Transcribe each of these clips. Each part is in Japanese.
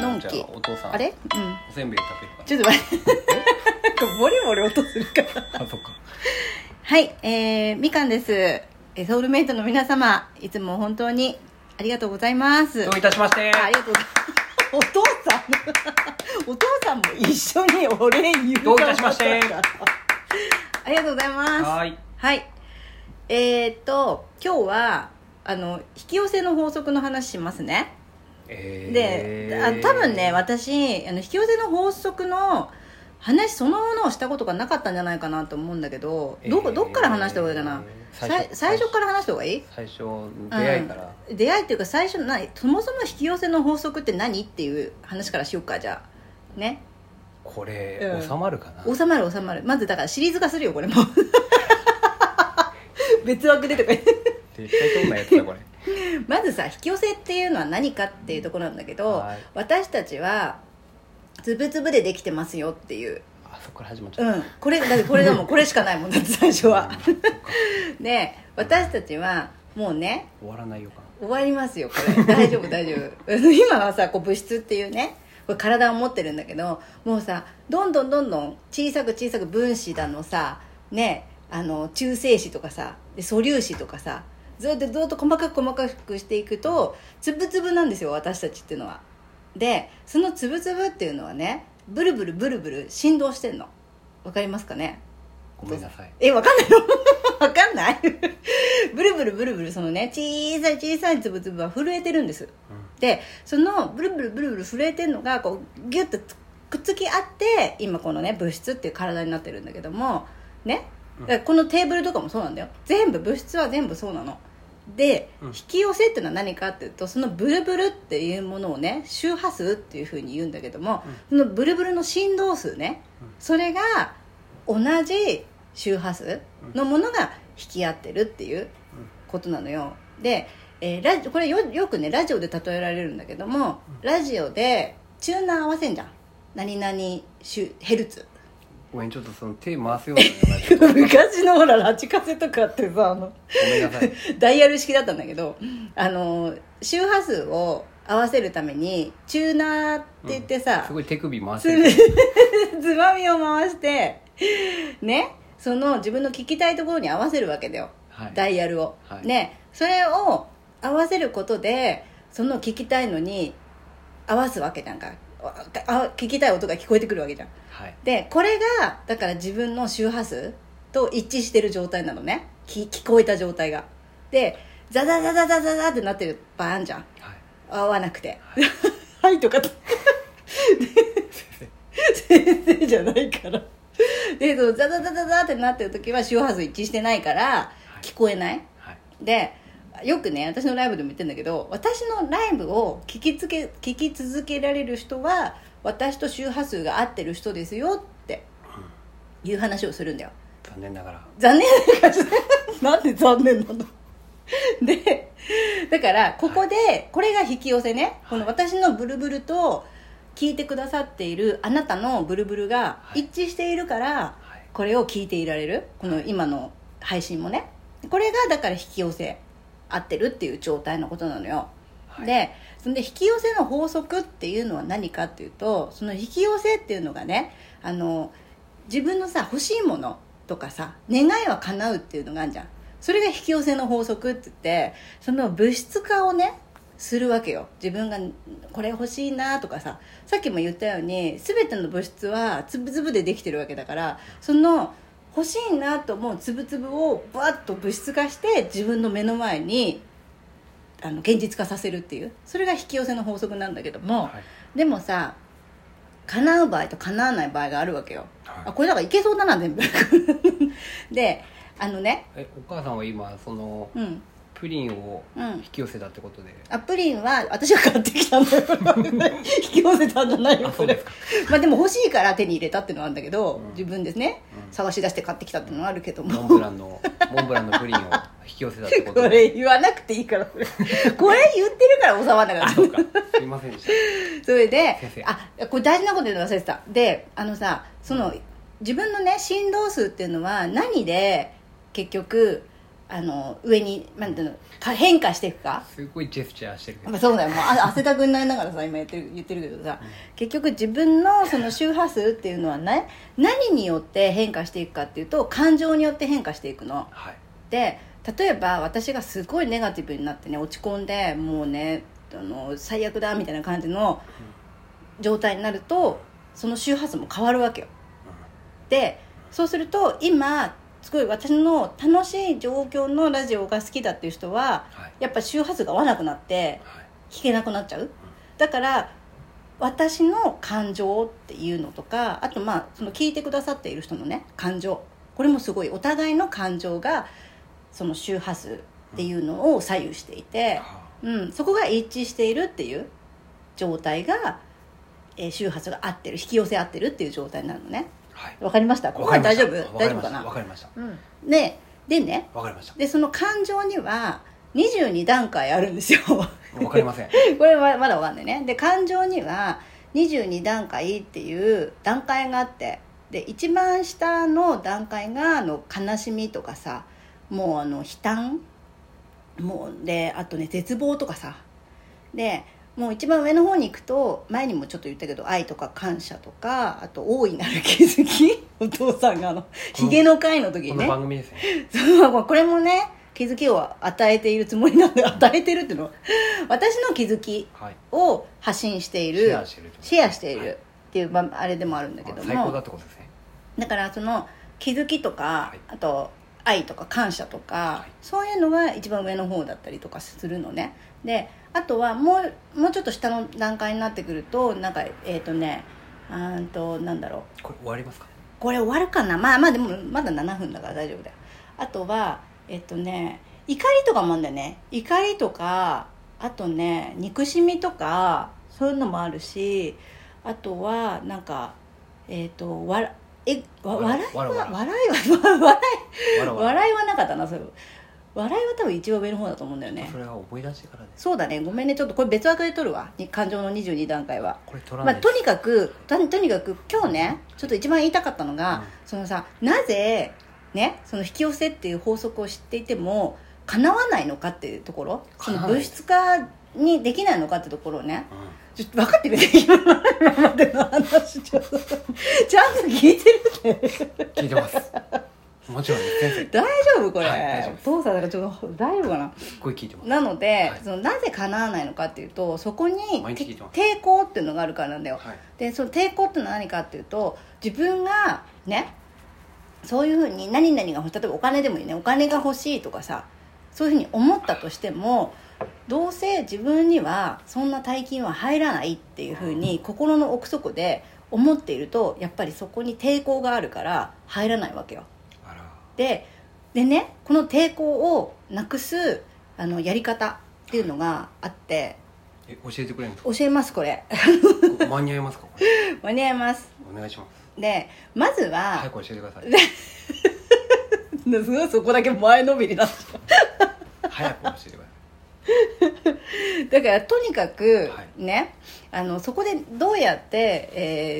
のんき。 じゃあお父さんあれ、 おせんべい食べるかちょっと待ってボリボリ音するからあそっか。 はい、みかんです。ソウルメイトの皆様、いつも本当にありがとうございます。 どういたしまして。 ありがとうございます。お父さんも一緒にお礼言う。 どういたしましてありがとうございます。 はい。 はい。今日は引き寄せの法則の話しますね。で、多分ね、私引き寄せの法則の話そのものをしたことがなかったんじゃないかなと思うんだけど、どっから話した方がいいかな。最初から話した方がいい？ 最初出会いから、 出会いっていうか、最初そもそも引き寄せの法則って何っていう話からしようか。じゃあね、 これ、収まるかな。 収まる。まずだからシリーズ化するよこれも別枠でとか言って絶対どんなやつだこれまずさ、引き寄せっていうのは何かっていうところなんだけど、はい、私たちはつぶつぶでできてますよっていう。 あ、そこから始まっちゃった。 これだってこれだもんこれしかないもんだって最初はで、私たちはもうね、 終わらないよかな。終わりますよこれ大丈夫今はさ、こう物質っていうね、これ体を持ってるんだけど、もうさ、どんどん小さく分子だのさね、中性子とかさ、で素粒子とかさ、ずっと細かくしていくとつぶつぶなんですよ、私たちっていうのは。で、そのつぶつぶっていうのはね、ブルブル振動してんの。わかりますかね？ ごめんなさい。 わかんないのわかんないブルブル、そのね、小さいつぶつぶは震えてるんです、で、そのブルブル震えてるのがこうギュッとくっつき合って今このね、物質っていう体になってるんだけどもね、このテーブルとかもそうなんだよ。全部物質は全部そうなので、引き寄せっていうのは何かっていうと、そのブルブルっていうものをね、周波数っていうふうに言うんだけども、そのブルブルの振動数ね、それが同じ周波数のものが引き合ってるっていうことなのよ。で、これ よくね、ラジオで例えられるんだけども、ラジオでチューナー合わせんじゃん。何々ヘルツ。 ごめん、ちょっとその手回すような昔のほらラジカセとかってさ、 ごめんなさいダイヤル式だったんだけど、周波数を合わせるためにチューナーって言ってさ、 すごい手首回してるつまみを回してね、その自分の聞きたいところに合わせるわけだよ、はい、ダイヤルを、はい、ね、それを合わせることでその聞きたいのに合わすわけじゃんか。聞きたい音が聞こえてくるわけじゃん、はい、で、これがだから自分の周波数と一致してる状態なのね。聞こえた状態がで、ザザってなってる場合あんじゃん、はい、合わなくてはいとか先生じゃないからで、そのザザってなってる時は周波数一致してないから聞こえない、はい、で、よくね、私のライブでも言ってるんだけど、私のライブを聞き続けられる人は私と周波数が合ってる人ですよっていう話をするんだよ。 残念ながらなんで残念なので、だからここでこれが引き寄せね、はい、この私のブルブルと聞いてくださっているあなたのブルブルが一致しているから、はい、これを聞いていられる、この今の配信もね、これがだから引き寄せ合ってるっていう状態のことなのよ、はい、で、そんで引き寄せの法則っていうのは何かっていうと、その引き寄せっていうのがね、自分のさ、欲しいものとかさ、願いは叶うっていうのがあるじゃん。それが引き寄せの法則って言って、その物質化をねするわけよ。自分がこれ欲しいなとかさ、さっきも言ったように全ての物質はつぶつぶでできてるわけだから、その欲しいなと思うつぶつぶをバッと物質化して自分の目の前に現実化させるっていう、それが引き寄せの法則なんだけども、はい、でもさ、叶う場合と叶わない場合があるわけよ、はい、これだからいけそうだな全部で、ね、 お母さんは今その、プリンを引き寄せたってことで、 プリンは私が買ってきたんだよ引き寄せたんじゃないよこれ。まあでも欲しいから手に入れたっていうのはあるんだけど、自分ですね、探し出して買ってきたっていうのはあるけども、 モンブランのプリンを引き寄せたってことでこれ言わなくていいからこれ言ってるから収まんなかったそうか、すいませんでしたそれで、これ大事なこと言うの忘れてた。で、さ、その自分のね、振動数っていうのは何で結局上になんていうのか変化していくか。 すごいジェスチャーしてるけど、 そうだよ、もう汗だくになりながらさ今言ってるけどさ、結局自分のその周波数っていうのはね、何によって変化していくかっていうと感情によって変化していくの、 はい、 で例えば私がすごいネガティブになってね落ち込んでもうね最悪だみたいな感じの状態になるとその周波数も変わるわけよ。でそうすると今すごい私の楽しい状況のラジオが好きだっていう人は、はい、やっぱ周波数が合わなくなって聞けなくなっちゃう、だから私の感情っていうのとか、あとその聞いてくださっている人のね感情、これもすごいお互いの感情がその周波数っていうのを左右していて、そこが一致しているっていう状態が、周波数が合ってる、引き寄せ合ってるっていう状態になるのね。わかりました？ここまで大丈夫？大丈夫かな？ わかりました。 でね、 わかりました。 でその感情には22段階あるんですよ。 わかりません。 これはまだわかんないね。で感情には22段階っていう段階があって、で一番下の段階が悲しみとかさ、もう悲嘆もうで、あとね絶望とかさ、でもう一番上の方に行くと、前にもちょっと言ったけど愛とか感謝とか、あと大いなる気づきお父さんがヒゲの会の時にね、 この番組ですね。 そうこれもね気づきを与えているつもりなんで、与えてるっていうのは私の気づきを発信している、シェアしているっていう、あれでもあるんだけども、 最高だってことですね。 だからその気づきとか、あと愛とか感謝とか、そういうのが一番上の方だったりとかするのね。であとはもうちょっと下の段階になってくると、なんかなんだろう、 これ終わりますか？ これ終わるかな。でもまだ7分だから大丈夫だよ。あとは怒りとかもあるんだよね。怒りとか、あとね憎しみとか、そういうのもあるし、あとはなんか笑いはなかったな。それ笑いは多分一番上の方だと思うんだよね。 それは思い出してからです。 そうだね、ごめんね、ちょっとこれ別枠で撮るわ、感情の22段階は。 これ撮らないです。 とにかく今日ねちょっと一番言いたかったのが、そのさ、なぜねその引き寄せっていう法則を知っていても叶わないのかっていうところ、その物質化にできないのかってところをね、ちょっと分かってくれて、今までの話ちゃんと聞いてるって。 聞いてます。もちろんです、先生。 大丈夫これ、 大丈夫。 お父さんだからちょっと大丈夫かな。 すっごい聞いてます。 なので、そのなぜ叶わないのかっていうと、そこに抵抗っていうのがあるからなんだよ。でその抵抗ってのは何かっていうと、自分がねそういうふうに何々が、例えばお金でもいいね、お金が欲しいとかさ、そういうふうに思ったとしても、どうせ自分にはそんな大金は入らないっていうふうに心の奥底で思っていると、やっぱりそこに抵抗があるから入らないわけよ。でね、この抵抗をなくすやり方っていうのがあって、 教えてくれるんですか？ 教えます。これ間に合いますか？これ間に合います。 お願いします。 でまずは早く教えてください。 すごいそこだけ前のめりだった早く教えてください。 だからとにかくね、そこでどうやって、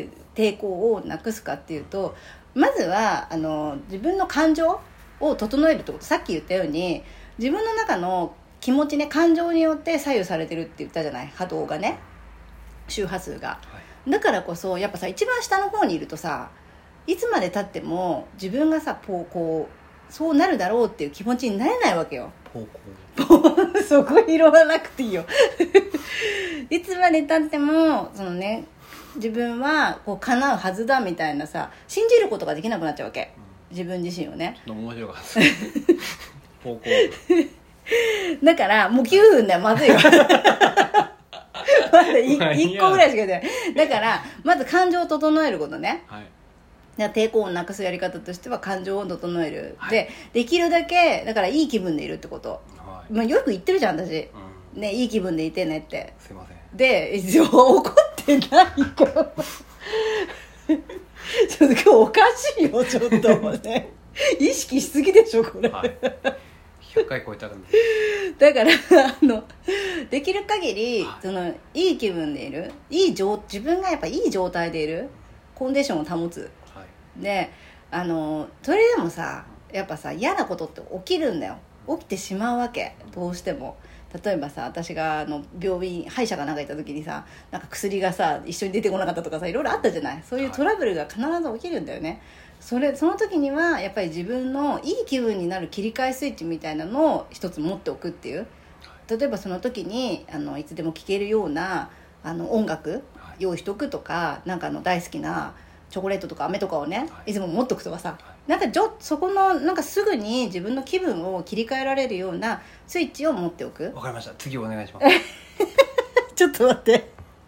抵抗をなくすかっていうと、まずは自分の感情を整えるってこと。さっき言ったように自分の中の気持ちね、感情によって左右されてるって言ったじゃない、波動がね、周波数が、だからこそやっぱさ、一番下の方にいるとさ、いつまで経っても自分がさこうそうなるだろうっていう気持ちになれないわけよ。そこ拾わなくていいよいつまで経ってもそのね、自分はこう叶うはずだみたいなさ、信じることができなくなっちゃうわけ、自分自身をね。 面白かっただからもう9分だよ、まずいよまだ 1個ぐらいしか言ってない。だからまず感情を整えることね、抵抗をなくすやり方としては感情を整える、でできるだけだからいい気分でいるってこと、よく言ってるじゃん私、ね、いい気分でいてねって。 すいません。 で怒ってないかちょっと今日おかしいよ、ちょっとね意識しすぎでしょこれ、 100回超えたらだからできる限り、そのいい気分でいる、自分がやっぱいい状態でいるコンディションを保つ、でそれでもさ、やっぱさ嫌なことって起きるんだよ。 起きてしまうわけ、どうしても。例えばさ、私が病院歯医者がなんか行った時にさ、なんか薬がさ一緒に出てこなかったとかさ、いろいろあったじゃない。そういうトラブルが必ず起きるんだよね。その時にはやっぱり自分のいい気分になる切り替えスイッチみたいなのを一つ持っておくっていう。例えばその時にいつでも聴けるような音楽用意しとくとか、なんか大好きなチョコレートとか飴とかをね、いつも持っとくとかさ、なんかそこのなんかすぐに自分の気分を切り替えられるようなスイッチを持っておく。 わかりました。次お願いしますちょっと待って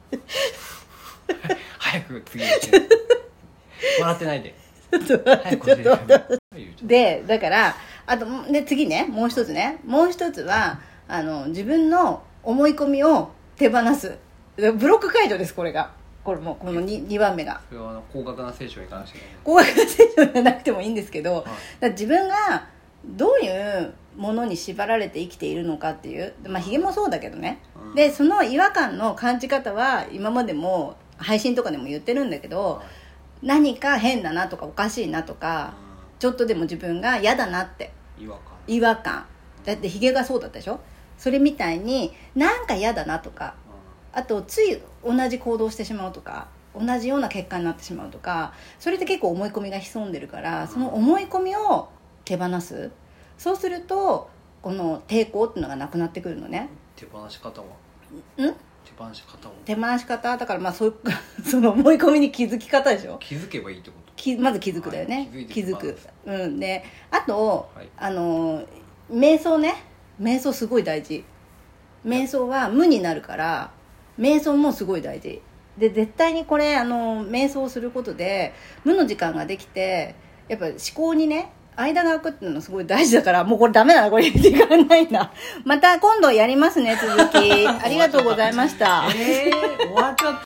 早く次行って笑ってないでちょっと待ってで、だからで次ね、もう一つは自分の思い込みを手放すブロック解除です。これもこの 2番目が。 それは高額な聖書に関してね。 高額な聖書じゃなくてもいいんですけど、はい、だから自分がどういうものに縛られて生きているのかっていう、まあヒゲもそうだけどね、でその違和感の感じ方は今までも配信とかでも言ってるんだけど、何か変だなとかおかしいなとか、ちょっとでも自分が嫌だなって違和感だってヒゲがそうだったでしょ。それみたいになんか嫌だなとか、あとつい同じ行動してしまうとか、同じような結果になってしまうとか、それって結構思い込みが潜んでるから、その思い込みを手放す。そうするとこの抵抗っていうのがなくなってくるのね。 手放し方は手放し方だから、まあその思い込みに気づき方でしょ。 気づけばいいってこと。 まず気づくだよね、はい、気づく、であと、 はい、 瞑想ね。瞑想すごい大事。瞑想は無になるから、瞑想もすごい大事で、絶対にこれ瞑想することで無の時間ができて、やっぱ思考にね間が空くっていうのすごい大事だから、もうこれダメだな、これ時間ないな。また今度やりますね、続きありがとうございました。 終わっちゃった。